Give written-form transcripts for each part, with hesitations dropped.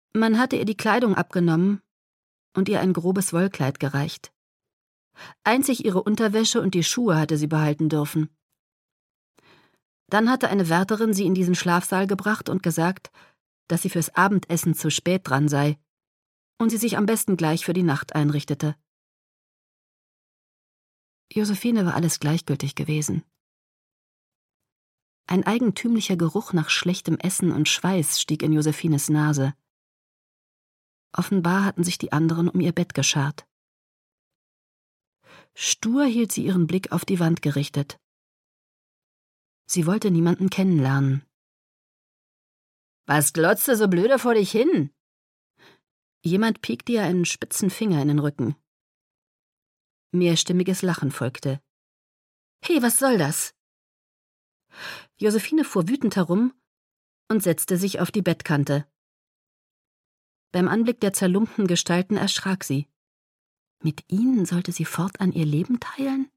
Man hatte ihr die Kleidung abgenommen und ihr ein grobes Wollkleid gereicht. Einzig ihre Unterwäsche und die Schuhe hatte sie behalten dürfen. Dann hatte eine Wärterin sie in diesen Schlafsaal gebracht und gesagt, dass sie fürs Abendessen zu spät dran sei und sie sich am besten gleich für die Nacht einrichtete. Josephine war alles gleichgültig gewesen. Ein eigentümlicher Geruch nach schlechtem Essen und Schweiß stieg in Josephines Nase. Offenbar hatten sich die anderen um ihr Bett geschart. Stur hielt sie ihren Blick auf die Wand gerichtet. Sie wollte niemanden kennenlernen. »Was glotzt du so blöde vor dich hin?« Jemand piekte ihr einen spitzen Finger in den Rücken. Mehrstimmiges Lachen folgte. »Hey, was soll das?« Josephine fuhr wütend herum und setzte sich auf die Bettkante. Beim Anblick der zerlumpten Gestalten erschrak sie. Mit ihnen sollte sie fortan ihr Leben teilen?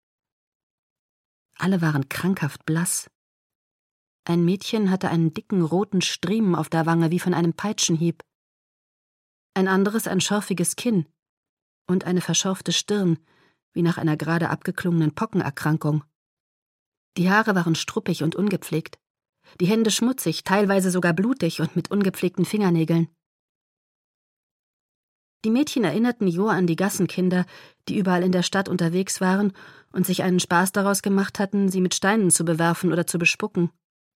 Alle waren krankhaft blass. Ein Mädchen hatte einen dicken roten Striemen auf der Wange wie von einem Peitschenhieb. Ein anderes ein schorfiges Kinn und eine verschorfte Stirn, wie nach einer gerade abgeklungenen Pockenerkrankung. Die Haare waren struppig und ungepflegt, die Hände schmutzig, teilweise sogar blutig und mit ungepflegten Fingernägeln. Die Mädchen erinnerten Jo an die Gassenkinder, die überall in der Stadt unterwegs waren und sich einen Spaß daraus gemacht hatten, sie mit Steinen zu bewerfen oder zu bespucken.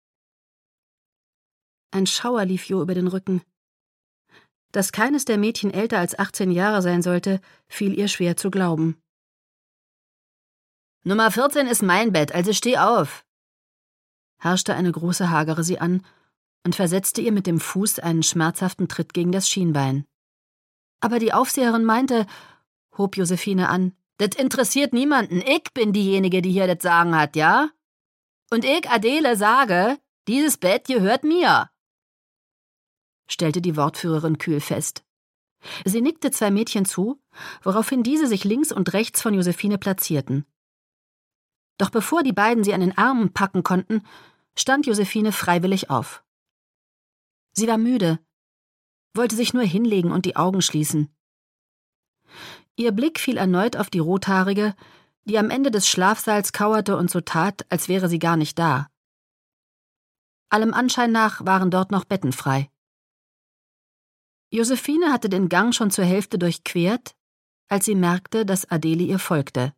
Ein Schauer lief Jo über den Rücken. Dass keines der Mädchen älter als 18 Jahre sein sollte, fiel ihr schwer zu glauben. »Nummer 14 ist mein Bett, also steh auf«, herrschte eine große Hagere sie an und versetzte ihr mit dem Fuß einen schmerzhaften Tritt gegen das Schienbein. »Aber die Aufseherin meinte«, hob Josephine an, »das interessiert niemanden, ich bin diejenige, die hier das Sagen hat, ja? Und ich, Adele, sage, dieses Bett gehört mir«, stellte die Wortführerin kühl fest. Sie nickte 2 Mädchen zu, woraufhin diese sich links und rechts von Josephine platzierten. Doch bevor die beiden sie an den Armen packen konnten, stand Josephine freiwillig auf. Sie war müde, wollte sich nur hinlegen und die Augen schließen. Ihr Blick fiel erneut auf die Rothaarige, die am Ende des Schlafsaals kauerte und so tat, als wäre sie gar nicht da. Allem Anschein nach waren dort noch Betten frei. Josephine hatte den Gang schon zur Hälfte durchquert, als sie merkte, dass Adele ihr folgte.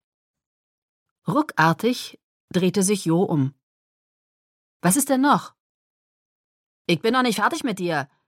Ruckartig drehte sich Jo um. »Was ist denn noch?« »Ich bin noch nicht fertig mit dir«,